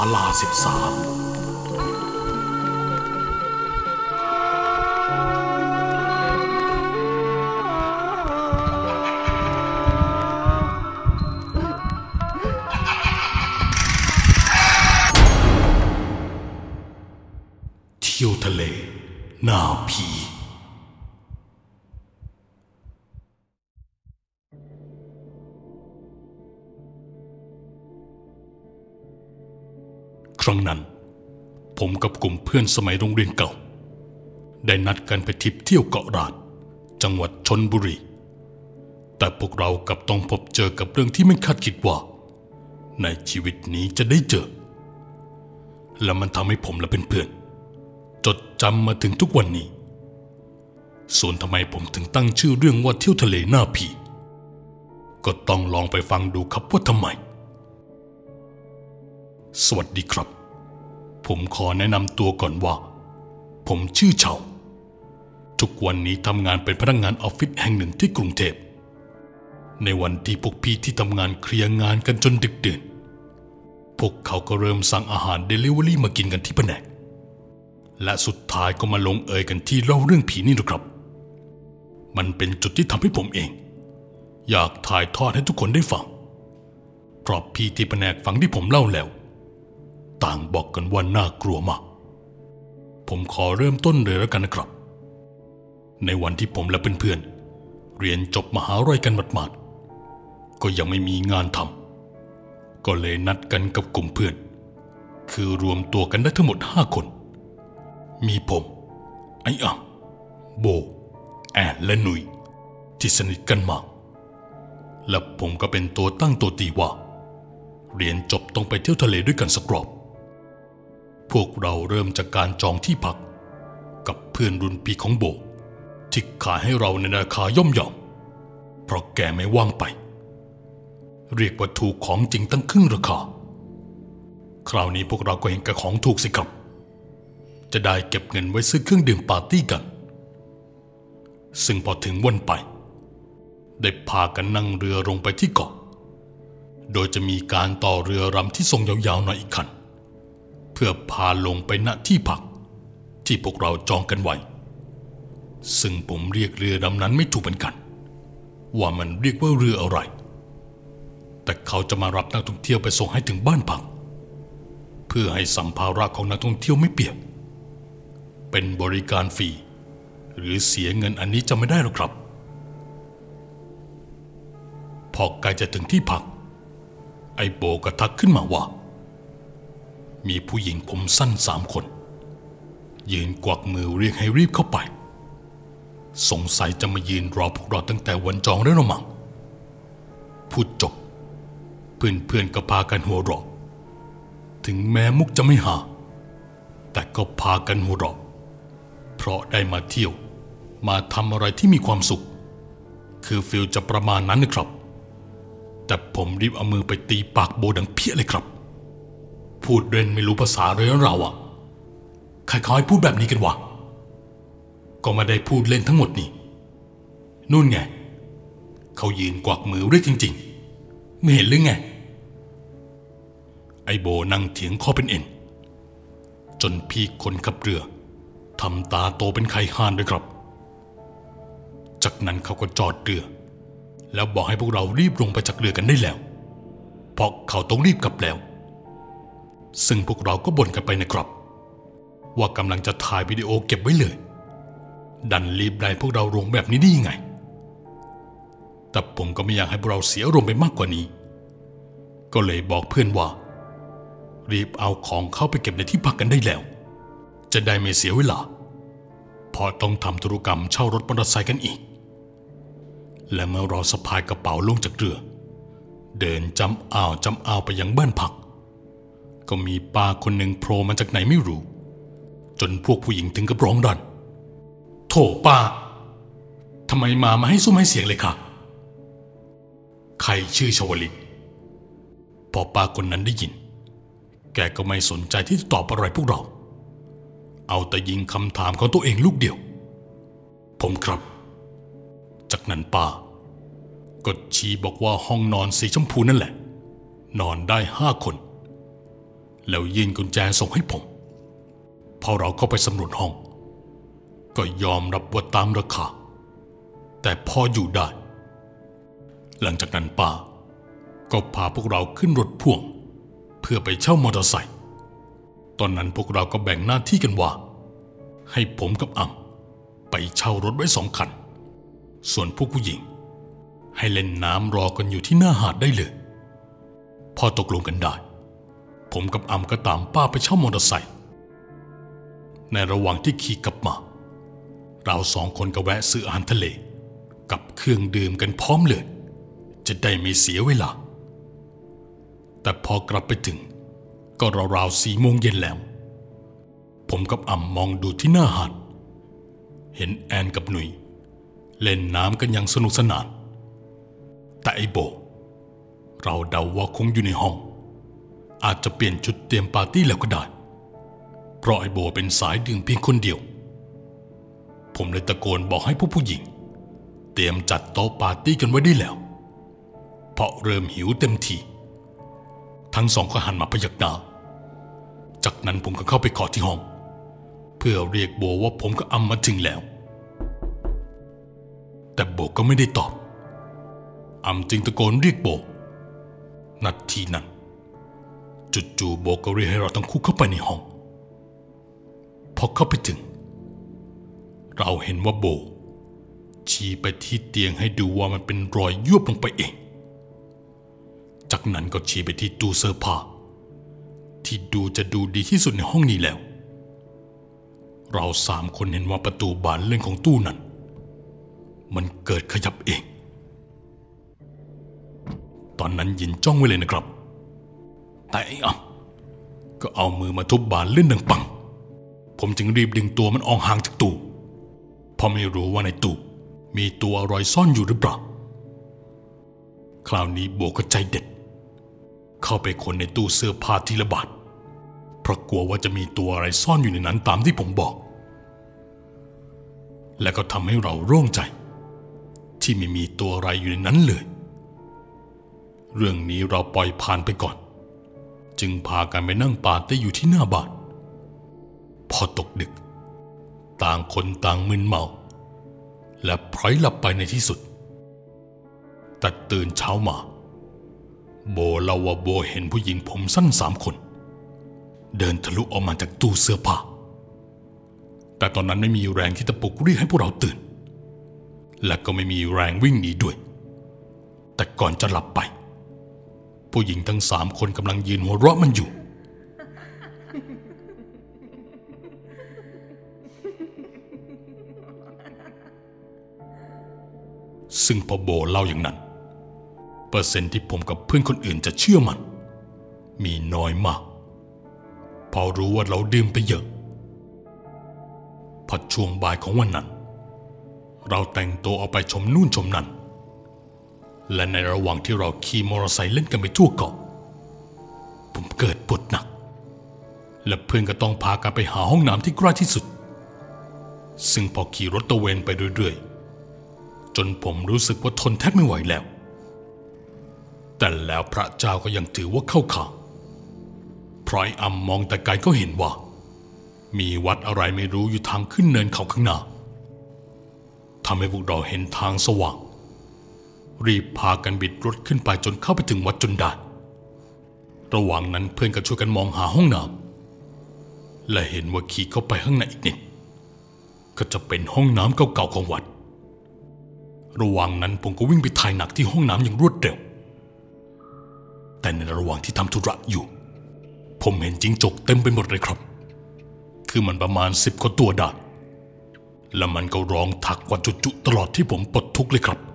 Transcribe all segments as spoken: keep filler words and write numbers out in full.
ลาสิบสามเที่ยวทะเลหน้าผีครั้งนั้นผมกับกลุ่มเพื่อนสมัยโรงเรียนเก่าได้นัดกันไปทริปเที่ยวเกาะล้านจังหวัดชลบุรีแต่พวกเรากลับต้องพบเจอกับเรื่องที่ไม่คาดคิดว่าในชีวิตนี้จะได้เจอและมันทำให้ผมและเพื่อนๆจดจำมาถึงทุกวันนี้ส่วนทำไมผมถึงตั้งชื่อเรื่องว่าเที่ยวทะเลหน้าผีก็ต้องลองไปฟังดูครับว่าทำไมสวัสดีครับผมขอแนะนำตัวก่อนว่าผมชื่อเฉาทุกวันนี้ทำงานเป็นพนักงานออฟฟิศแห่งหนึ่งที่กรุงเทพในวันที่พวกพี่ที่ทำงานเคลียร์งานกันจนดึกดื่นพวกเขาก็เริ่มสั่งอาหารเดลิเวอรี่มากินกันที่แผนกและสุดท้ายก็มาลงเอยกันที่เล่าเรื่องผีนี่นะครับมันเป็นจุดที่ทำให้ผมเองอยากถ่ายทอดให้ทุกคนได้ฟังเพราะพี่ที่แผนกฟังที่ผมเล่าแล้วต่างบอกกันว่าน่ากลัวมากผมขอเริ่มต้นเลยแล้วกันนะครับในวันที่ผมและเพื่อนๆเรียนจบมหาวิทยาลัยกันหมาดๆก็ยังไม่มีงานทำก็เลยนัดกันกับกลุ่มเพื่อนคือรวมตัวกันได้ทั้งหมดห้าคนมีผมไอ้อ่ำโบแอนและหนุยที่สนิทกันมากและผมก็เป็นตัวตั้งตัวตีว่าเรียนจบต้องไปเที่ยวทะเลด้วยกันสักรอบพวกเราเริ่มจากการจองที่พักกับเพื่อนรุ่นพี่ของโบที่ขายให้เราในราคาย่อมเยาเพราะแกไม่ว่างไปเรียกว่าถูกของจริงตั้งครึ่งราคาคราวนี้พวกเราก็เห็นกับของถูกสิครับจะได้เก็บเงินไว้ซื้อเครื่องดื่มปาร์ตี้กันซึ่งพอถึงวันไปได้พากันนั่งเรือลงไปที่เกาะโดยจะมีการต่อเรือรำที่ทรงยาวๆหน่อยอีกคันเพื่อพาลงไปณที่พักที่พวกเราจองกันไว้ซึ่งผมเรียกเรือลำนั้นไม่ถูกเหมือนกันว่ามันเรียกว่าเรืออะไรแต่เขาจะมารับนักท่องเที่ยวไปส่งให้ถึงบ้านพักเพื่อให้สัมภาระของนักท่องเที่ยวไม่เปียกเป็นบริการฟรีหรือเสียเงินอันนี้จะไม่ได้หรอกครับพอใกล้จะถึงที่พักไอ้โบก็ทักขึ้นมาว่ามีผู้หญิงผมสั้นสามคนยืนกวักมือเรียกให้รีบเข้าไปสงสัยจะมายืนรอพวกเราตั้งแต่วันจองแล้วละมั้งพูดจบเพื่อนๆก็พากันหัวเราะถึงแม้มุกจะไม่หาแต่ก็พากันหัวเราะเพราะได้มาเที่ยวมาทำอะไรที่มีความสุขคือฟีลจะประมาณนั้นนะครับแต่ผมรีบเอามือไปตีปากโบดังเพี้ยเลยครับพูดเล่นไม่รู้ภาษาเลยนะเราอ่ะใครเขาให้พูดแบบนี้กันวะก็ไม่ได้พูดเล่นทั้งหมดนี่นู่นไงเขายืนกวักมือเรียกจริงๆไม่เห็นหรือไงไอ้โบนั่งเถียงคอเป็นเอ็นจนพี่คนขับเรือทำตาโตเป็นไข่ห่านด้วยครับจากนั้นเขาก็จอดเรือแล้วบอกให้พวกเรารีบลงไปจากเรือกันได้แล้วเพราะเขาต้องรีบกลับแล้วซึ่งพวกเราก็บ่นกันไปนะครับว่ากำลังจะถ่ายวิดีโอเก็บไว้เลยดันรีบไล่พวกเราลงแบบนี้ได้ยังไงแต่ผมก็ไม่อยากให้พวกเราเสียอารมณ์ไปมากกว่านี้ก็เลยบอกเพื่อนว่ารีบเอาของเข้าไปเก็บในที่พักกันได้แล้วจะได้ไม่เสียเวลาเพราะต้องทำธุรกรรมเช่ารถมอเตอร์ไซค์กันอีกและเมื่อเราสะพายกระเป๋าลงจากเรือเดินจำอ้าวจำอ้าวไปยังบ้านพักก็มีป้าคนหนึ่งโผล่มาจากไหนไม่รู้จนพวกผู้หญิงถึงกับร้องดันโถป้าทำไมมามาให้ซุ้มให้เสียงเลยค่ะใครชื่อชวลิตพอป้าคนนั้นได้ยินแกก็ไม่สนใจที่จะตอบอะไรพวกเราเอาแต่ยิงคำถามของตัวเองลูกเดียวผมครับจากนั้นป้าก็ชี้บอกว่าห้องนอนสีชมพูนั่นแหละนอนได้ห้าคนแล้วยื่นกุญแจส่งให้ผมพอเราเข้าไปสำรวจห้องก็ยอมรับว่าตามราคาแต่พออยู่ได้หลังจากนั้นป้าก็พาพวกเราขึ้นรถพ่วงเพื่อไปเช่ามอเตอร์ไซค์ตอนนั้นพวกเราก็แบ่งหน้าที่กันว่าให้ผมกับอ่ำไปเช่ารถไว้สองคันส่วนพวกผู้หญิงให้เล่นน้ำรอกันอยู่ที่หน้าหาดได้เลยพอตกลงกันได้ผมกับอ่ำก็ตามป้าไปเช่ามอเตอร์ไซค์ในระหว่างที่ขี่กลับมาเราสองคนก็แวะซื้ออาหารทะเลกับเครื่องดื่มกันพร้อมเลยจะได้ไม่เสียเวลาแต่พอกลับไปถึงก็ราวๆสี่โมงเย็นแล้วผมกับอ่ำมองดูที่หน้าหาดเห็นแอนกับหนุ่ยเล่นน้ำกันอย่างสนุกสนานแต่ไอ้โบเราเดาว่าคงอยู่ในห้องอาจจะเปลี่ยนชุดเตรียมปาร์ตี้แล้วก็ได้เพราะไอ้โบเป็นสายดื่มเพียงคนเดียวผมเลยตะโกนบอกให้พวกผู้หญิงเตรียมจัดโต๊ะปาร์ตี้กันไว้ได้แล้วเพราะเริ่มหิวเต็มทีทั้งสองก็หันมาพยักหน้าจากนั้นผมก็เข้าไปเคาะที่ห้องเพื่อเรียกโบว่าผมกับอ่ำมาถึงแล้วแต่โบก็ไม่ได้ตอบอ่ำจึงตะโกนเรียกโบนาทีนั้นจู่ๆโบก็เรียกให้เราทั้งคู่เข้าไปในห้องพอเข้าไปถึงเราเห็นว่าโบชี้ไปที่เตียงให้ดูว่ามันเป็นรอยยุบลงไปเองจากนั้นก็ชี้ไปที่ตู้เสื้อผ้าที่ดูจะดูดีที่สุดในห้องนี้แล้วเราสามคนเห็นว่าประตูบานเลื่อนของตู้นั้นมันเกิดขยับเองตอนนั้นยินจ้องไว้เลยนะครับแต่ไอ้อ่ำก็เอามือมาทุบบานเลื่อนดังปังผมจึงรีบดึงตัวมันออกห่างจากตู้เพราะไม่รู้ว่าในตู้มีตัวอะไรซ่อนอยู่หรือเปล่าคราวนี้โบก็ใจเด็ดเข้าไปค้นในตู้เสื้อผ้าทีละบาทเพราะกลัวว่าจะมีตัวอะไรซ่อนอยู่ในนั้นตามที่ผมบอกและก็ทำให้เราโล่งใจที่ไม่มีตัวอะไรอยู่ในนั้นเลยเรื่องนี้เราปล่อยผ่านไปก่อนจึงพากันไปนั่งปาร์ตี้อยู่ที่หน้าบ้านพอตกดึกต่างคนต่างมึนเมาและพลอยหลับไปในที่สุดแต่ตื่นเช้ามาโบเล่าว่าโบเห็นผู้หญิงผมสั้นสามคนเดินทะลุออกมาจากตู้เสื้อผ้าแต่ตอนนั้นไม่มีแรงที่จะปลุกเรียกให้พวกเราตื่นและก็ไม่มีแรงวิ่งหนีด้วยแต่ก่อนจะหลับไปผู้หญิงทั้งสามคนกำลังยืนหัวเราะมันอยู่ซึ่งพอโบเล่าอย่างนั้นเปอร์เซ็นต์ที่ผมกับเพื่อนคนอื่นจะเชื่อมันมีน้อยมากพอรู้ว่าเราดื่มไปเยอะพอช่วงบ่ายของวันนั้นเราแต่งตัวออกไปชมนู่นชมนั่นและในระหว่างที่เราขี่มอเตอร์ไซค์เล่นกันไปทั่วเกาะผมเกิดปวดหนักและเพื่อนก็ต้องพากันไปหาห้องน้ำที่ใกล้ที่สุดซึ่งพอขี่รถตะเวนไปเรื่อยๆจนผมรู้สึกว่าทนแทบไม่ไหวแล้วแต่แล้วพระเจ้าก็ยังถือว่าเข้าข่ายเพราะไอ้อ่ำมองแต่ไกลก็เห็นว่ามีวัดอะไรไม่รู้อยู่ทางขึ้นเนินเขาข้างหน้าทำให้พวกเราเห็นทางสว่างรีบพากันบิดรถขึ้นไปจนเข้าไปถึงวัดจนได้ระหว่างนั้นเพื่อนก็ช่วยกันมองหาห้องน้ำและเห็นว่าขี่เข้าไปข้างในอีกนิดก็จะเป็นห้องน้ำเก่าๆของวัดระหว่างนั้นผมก็วิ่งไปถ่ายหนักที่ห้องน้ำอย่างรวดเร็วแต่ในระหว่างที่ทำธุระอยู่ผมเห็นจิ้งจกเต็มไปหมดเลยครับคือมันประมาณสิบกว่าตัวได้และมันก็ร้องทักว่าจุๆตลอดที่ผมปลดทุกข์เลยครับ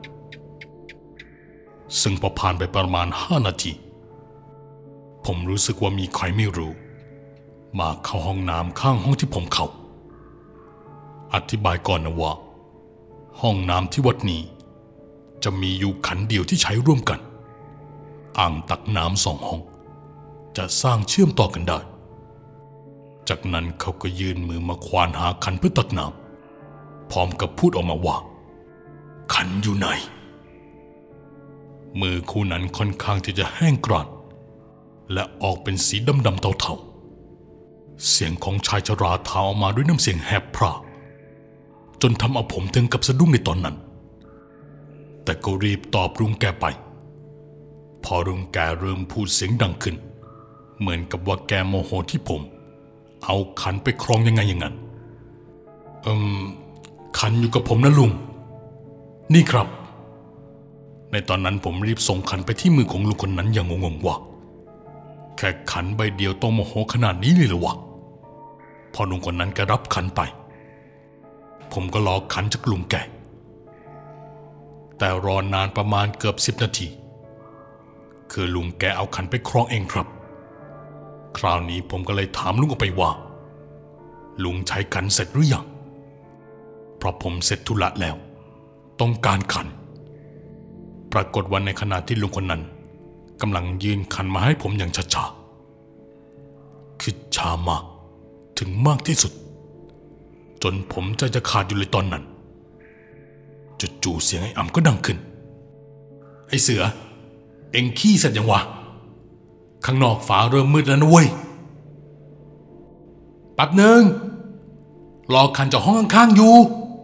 ซึ่งพอผ่านไปประมาณห้านาทีผมรู้สึกว่ามีใครไม่รู้มาเข้าห้องน้ำข้างห้องที่ผมเข้าอธิบายก่อนนะว่าห้องน้ำที่วัดนี้จะมีอยู่ขันเดียวที่ใช้ร่วมกันอ่างตักน้ำสองห้องจะสร้างเชื่อมต่อกันได้จากนั้นเขาก็ยื่นมือมาควานหาขันเพื่อตักน้ำพร้อมกับพูดออกมาว่าขันอยู่ไหนมือคู่นั้นค่อนข้างที่จะแห้งกร้านและออกเป็นสีดำๆเทาๆเสียงของชายชราถามออกมาด้วยน้ำเสียงแหบพร่าจนทำเอาผมถึงกับสะดุ้งในตอนนั้นแต่ก็รีบตอบลุงแกไปพอลุงแกเริ่มพูดเสียงดังขึ้นเหมือนกับว่าแกโมโหที่ผมเอาขันไปครองยังไงอย่างนั้นเอิมขันอยู่กับผมนะลุงนี่ครับในตอนนั้นผมรีบส่งขันไปที่มือของลุงคนนั้นอย่างงงๆว่าแค่ขันใบเดียวต้องโมโหขนาดนี้เลยเหรอวะพอลุงคนนั้นก็รับขันไปผมก็รอขันจากลุงแกแต่รอนานประมาณเกือบสิบนาทีคือลุงแกเอาขันไปครองเองครับคราวนี้ผมก็เลยถามลุงออกไปว่าลุงใช้ขันเสร็จหรือยังเพราะผมเสร็จธุระแล้วต้องการขันปรากฏว่าในขณะที่ลุงคนนั้นกำลังยื่นขันมาให้ผมอย่างช้าๆคือช้ามากถึงมากที่สุดจนผมใจจะขาดอยู่เลยตอนนั้นจู่ๆเสียงไอ้อ่ำก็ดังขึ้นไอ้เสือเอ็งขี้เสร็จยังวะข้างนอกฟ้าเริ่มมืดแล้วนะเว้ยแป๊บหนึ่งรอขันจากห้องข้างๆอยู่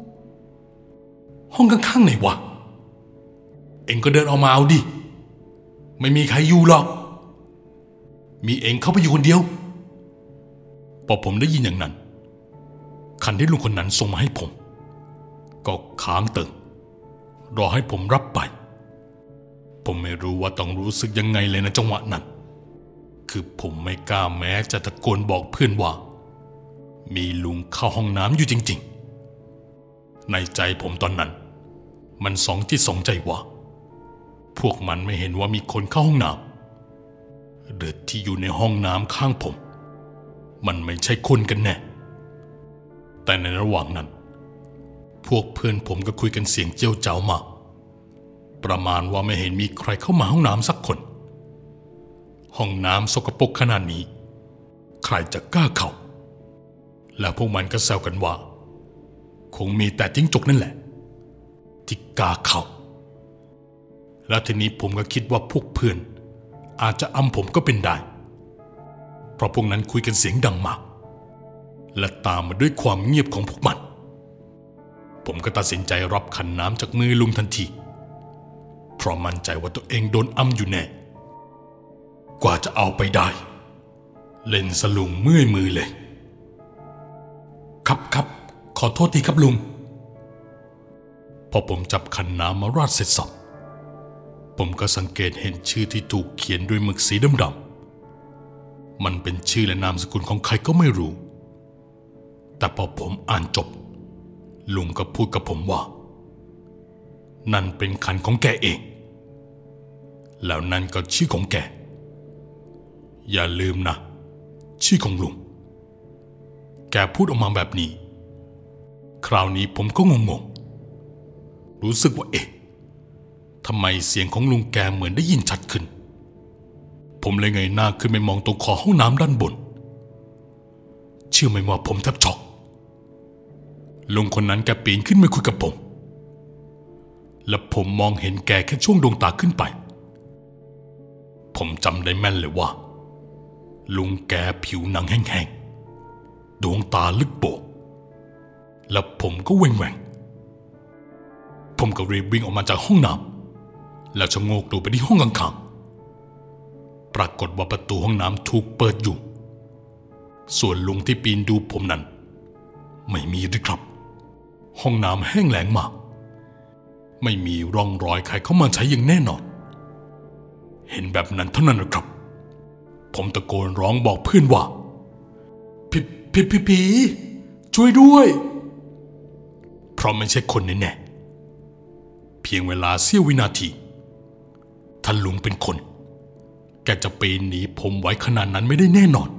ห้องข้างๆไหนวะเอ็งก็เดินออกมาเอาดิไม่มีใครอยู่หรอกมีเอ็งเข้าไปอยู่คนเดียวพอผมได้ยินอย่างนั้นขันที่ลุงคนนั้นส่งมาให้ผมก็ค้างตึงรอให้ผมรับไปผมไม่รู้ว่าต้องรู้สึกยังไงเลยนะจังหวะนั้นคือผมไม่กล้าแม้จะตะโกนบอกเพื่อนว่ามีลุงเข้าห้องน้ำอยู่จริงๆในใจผมตอนนั้นมันสองจิตสองใจว่าพวกมันไม่เห็นว่ามีคนเข้าห้องน้ำหรือที่อยู่ในห้องน้ำข้างผมมันไม่ใช่คนกันแน่แต่ในระหว่างนั้นพวกเพื่อนผมก็คุยกันเสียงเจียวเจ้ามากประมาณว่าไม่เห็นมีใครเข้ามาห้องน้ำสักคนห้องน้ำสกปรกขนาดนี้ใครจะกล้าเข้าและพวกมันก็แซวกันว่าคงมีแต่จิ้งจกนั่นแหละที่กล้าเข้าและทีนี้ผมก็คิดว่าพวกเพื่อนอาจจะอำผมก็เป็นได้เพราะพวกนั้นคุยกันเสียงดังมากและตามมาด้วยความเงียบของพวกมันผมก็ตัดสินใจรับขันน้ำจากมือลุงทันทีเพราะมั่นใจว่าตัวเองโดนอำอยู่แน่กว่าจะเอาไปได้เล่นสลุงเมื่อยมือเลยครับครับขอโทษทีครับลุงพอผมจับขันน้ำมาราดเสร็จสับผมก็สังเกตเห็นชื่อที่ถูกเขียนด้วยหมึกสีดำๆมันเป็นชื่อและนามสกุลของใครก็ไม่รู้แต่พอผมอ่านจบลุงก็พูดกับผมว่านั่นเป็นขันของแกเองแล้วนั่นก็ชื่อของแกอย่าลืมนะชื่อของลุงแกพูดออกมาแบบนี้คราวนี้ผมก็งงๆรู้สึกว่าเอ๊ะทำไมเสียงของลุงแกเหมือนได้ยินชัดขึ้นผมเลยเงยหน้าขึ้นไปมองตรงขอห้องน้ำด้านบนเชื่อไหมว่าผมแทบช็อกลุงคนนั้นแกปีนขึ้นมาคุยกับผมและผมมองเห็นแกแค่ช่วงดวงตาขึ้นไปผมจำได้แม่นเลยว่าลุงแกผิวหนังแห้งๆดวงตาลึกโบกและผมก็แหว่งๆผมก็รีบวิ่งออกมาจากห้องน้ำแล้วชะโงกดูไปที่ห้องข้างๆปรากฏว่าประตูห้องน้ำถูกเปิดอยู่ส่วนลุงที่ปีนดูผมนั้นไม่มีด้วยครับห้องน้ำแห้งแล้งมากไม่มีร่องรอยใครเข้ามาใช้อย่างแน่นอนเห็นแบบนั้นเท่านั้นนะครับผมตะโกนร้องบอกเพื่อนว่าผีผีผีผีช่วยด้วยเพราะไม่ใช่คนแน่ๆเพียงเวลาเสี้ยววินาทีถ้าลุงเป็นคนแกจะปีนหนีผมไว้ขนาดนั้นไม่ได้แน่นอน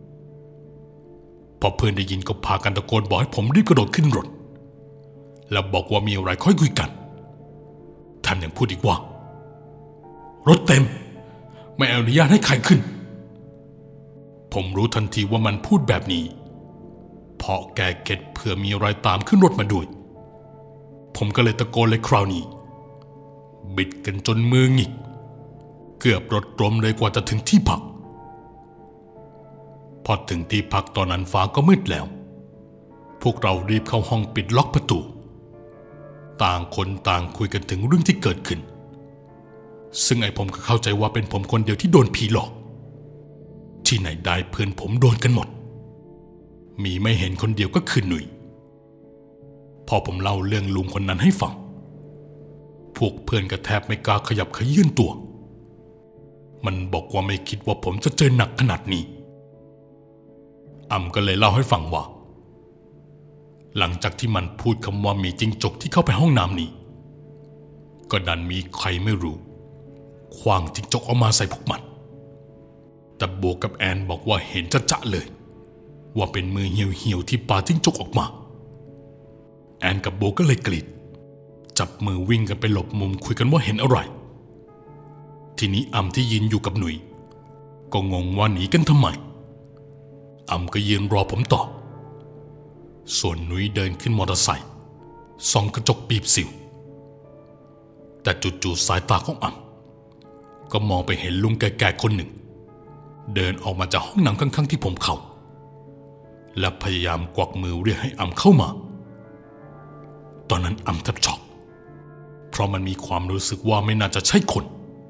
พอเพื่อนได้ยินก็พากันตะโกนบอกให้ผมรีบกระโดดขึ้นรถแล้วบอกว่ามีอะไรค่อยคุยกันท่านยังพูดอีกว่ารถเต็มไม่อนุญาตให้ใครขึ้นผมรู้ทันทีว่ามันพูดแบบนี้เพราะแกเก็ตเผื่อมีอะไรตามขึ้นรถมาด้วยผมก็เลยตะโกนเลยคราวนี้บิดกันจนมือหงิกเกือบรถล้มเลยกว่าจะถึงที่พักพพอถึงที่พักตอนนั้นฟ้าก็มืดแล้วพวกเรารีบเข้าห้องปิดล็อกประตูต่างคนต่างคุยกันถึงเรื่องที่เกิดขึ้นซึ่งไอ้ผมก็เข้าใจว่าเป็นผมคนเดียวที่โดนผีหลอกที่ไหนได้เพื่อนผมโดนกันหมดมีไม่เห็นคนเดียวก็คือหนุ่ยพอผมเล่าเรื่องลุงคนนั้นให้ฟังพวกเพื่อนก็แทบไม่กล้าขยับขยื่นตัวมันบอกว่าไม่คิดว่าผมจะเจอหนักขนาดนี้อ่ำก็เลยเล่าให้ฟังว่าหลังจากที่มันพูดคำว่ามีจิ้งจกที่เข้าไปห้องน้ำนี้ก็ดันมีใครไม่รู้ขว้างจิ้งจกออกมาใส่พวกมันแต่โบกับแอนบอกว่าเห็นจะๆเลยว่าเป็นมือเหี่ยวๆที่ปาจิ้งจกออกมาแอนกับโบก็เลยกรีดจับมือวิ่งกันไปหลบมุมคุยกันว่าเห็นอะไรทีนี้อ่ำที่ยืนอยู่กับหนุ่ยก็งงว่าหนีกันทำไมอ่ำก็ยืนรอผมต่อส่วนหนุ่ยเดินขึ้นมอเตอร์ไซค์ส่องกระจกปีบสิวแต่จู่ๆสายตาของอ่ำก็มองไปเห็นลุงแก่ๆคนหนึ่งเดินออกมาจากห้องน้ำข้างๆที่ผมเข้าและพยายามกวักมือเรียกให้อ่ำเข้ามาตอนนั้นอ่ำแทบช็อกเพราะมันมีความรู้สึกว่าไม่น่าจะใช่คน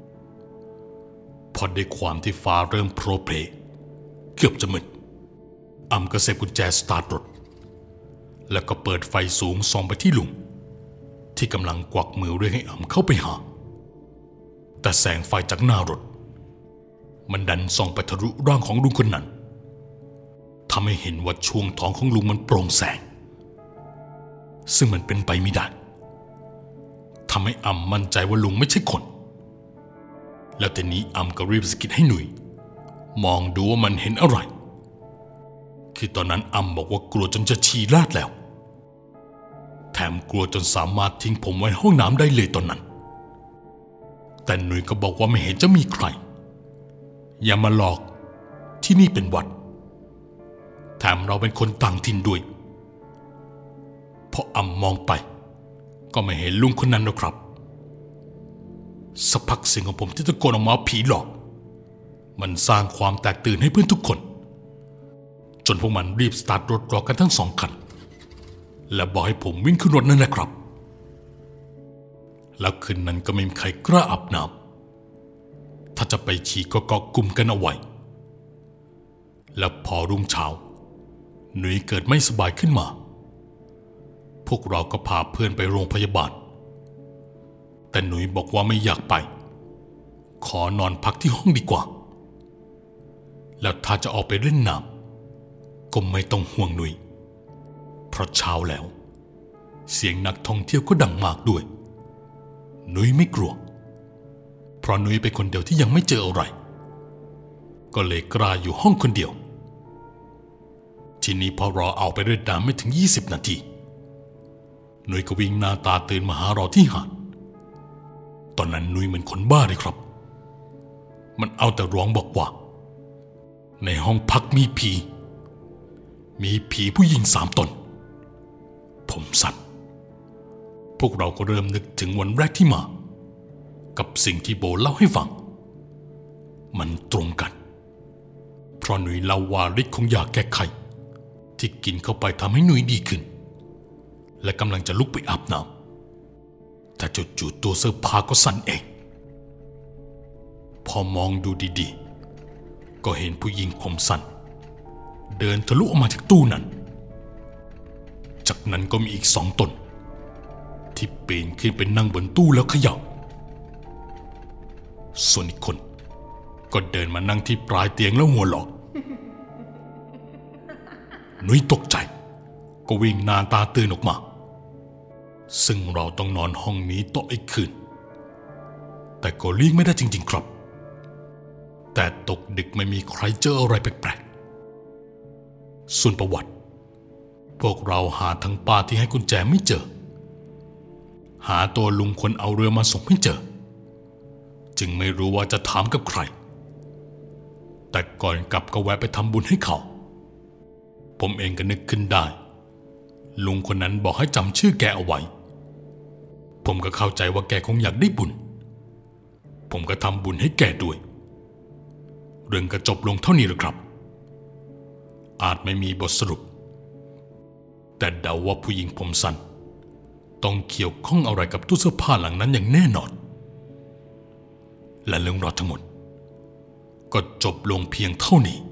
พอด้วยความที่ฟ้าเริ่มโพรเพลเกือบจะมืดอ่ำก็เซฟกุญแจสตาร์ทรถแล้วก็เปิดไฟสูงส่องไปที่ลุงที่กำลังกวักมือเรียกให้อ่ำเข้าไปหาแต่แสงไฟจากหน้ารถมันดันส่องไปทะลุร่างของลุงคนนั้นทำให้เห็นว่าช่วงท้องของลุงมันโปร่งแสงซึ่งมันเป็นไปไม่ได้ทำให้อ่ำมั่นใจว่าลุงไม่ใช่คนแล้วทีนี้อ่ำก็รีบสะกิดให้หนุ่ยมองดูว่ามันเห็นอะไรคือตอนนั้นอ่ำบอกว่ากลัวจนจะฉี่ราดแล้วแถมกลัวจนสามารถทิ้งผมไว้ห้องน้ำได้เลยตอนนั้นแต่หนุ่ยก็บอกว่าไม่เห็นจะมีใครอย่ามาหลอกที่นี่เป็นวัดแถมเราเป็นคนต่างถิ่นด้วยพออ่ำมองไปก็ไม่เห็นลุงคนนั้นหรอกครับสักพักเสียงของผมที่ตะโกนออกมาผีหลอกมันสร้างความแตกตื่นให้เพื่อนทุกคนจนพวกมันรีบสตาร์ทรถรอกันทั้งสองคันและบอกให้ผมวิ่งขึ้นรถนั่นแหละครับแล้วคืนนั้นก็ไม่มีใครกล้าอาบน้ำถ้าจะไปฉี่ก็เกาะกลุ่มกันเอาไว้แล้วพอรุ่งเช้าหนุ่ยเกิดไม่สบายขึ้นมาพวกเราก็พาเพื่อนไปโรงพยาบาลแต่หนุ่ยบอกว่าไม่อยากไปขอนอนพักที่ห้องดีกว่าแล้วถ้าจะออกไปเล่นน้ำก็ไม่ต้องห่วงหนุ่ยเพราะเช้าแล้วเสียงนักท่องเที่ยวก็ดังมากด้วยหนุ่ยไม่กลัวเพราะหนุ่ยเป็นคนเดียวที่ยังไม่เจออะไรก็เลยกล้าอยู่ห้องคนเดียวทีนี้พอรอเอาไปเล่นน้ำไม่ถึงยี่สิบนาทีหนุ่ยก็วิ่งหน้าตาตื่นมาหาเราที่หาดตอนนั้นหนุ่ยเหมือนคนบ้าเลยครับมันเอาแต่ร้องบอกว่าในห้องพักมีผีมีผีผู้หญิงสามตนผมสั่นพวกเราก็เริ่มนึกถึงวันแรกที่มากับสิ่งที่โบเล่าให้ฟังมันตรงกันเพราะหนุ่ยเล่าว่าฤทธิ์ของยาแก้ไขที่กินเข้าไปทำให้หนุ่ยดีขึ้นและกำลังจะลุกไปอาบน้ำแต่จู่ๆตัวเสื้อผ้าก็สั่นเองพอมองดูดีๆก็เห็นผู้หญิงผมสั้นเดินทะลุออกมาจากตู้นั้นจากนั้นก็มีอีกสองตนที่ปีนขึ้นไปนั่งบนตู้แล้วเขย่าส่วนอีกคนก็เดินมานั่งที่ปลายเตียงแล้วหัวเราะหนุ่ยตกใจก็วิ่งหน้าตาตื่นออกมาซึ่งเราต้องนอนห้องนี้ต่ออีกคืนแต่ก็เลี่ยงไม่ได้จริงๆครับแต่ตกดึกไม่มีใครเจออะไรแปลกๆส่วนประวัติพวกเราหาทั้งป่าที่ให้กุญแจไม่เจอหาตัวลุงคนเอาเรือมาส่งไม่เจอจึงไม่รู้ว่าจะถามกับใครแต่ก่อนกลับก็แวะไปทำบุญให้เขาผมเองก็นึกขึ้นได้ลุงคนนั้นบอกให้จำชื่อแกเอาไว้ผมก็เข้าใจว่าแกคงอยากได้บุญผมก็ทำบุญให้แกด้วยเรื่องก็จบลงเท่านี้แหละครับอาจไม่มีบทสรุปแต่เดาว่าผู้หญิงผมสั้นต้องเกี่ยวข้องอะไรกับตู้เสื้อผ้าหลังนั้นอย่างแน่นอนและเรื่องราวทั้งหมดก็จบลงเพียงเท่านี้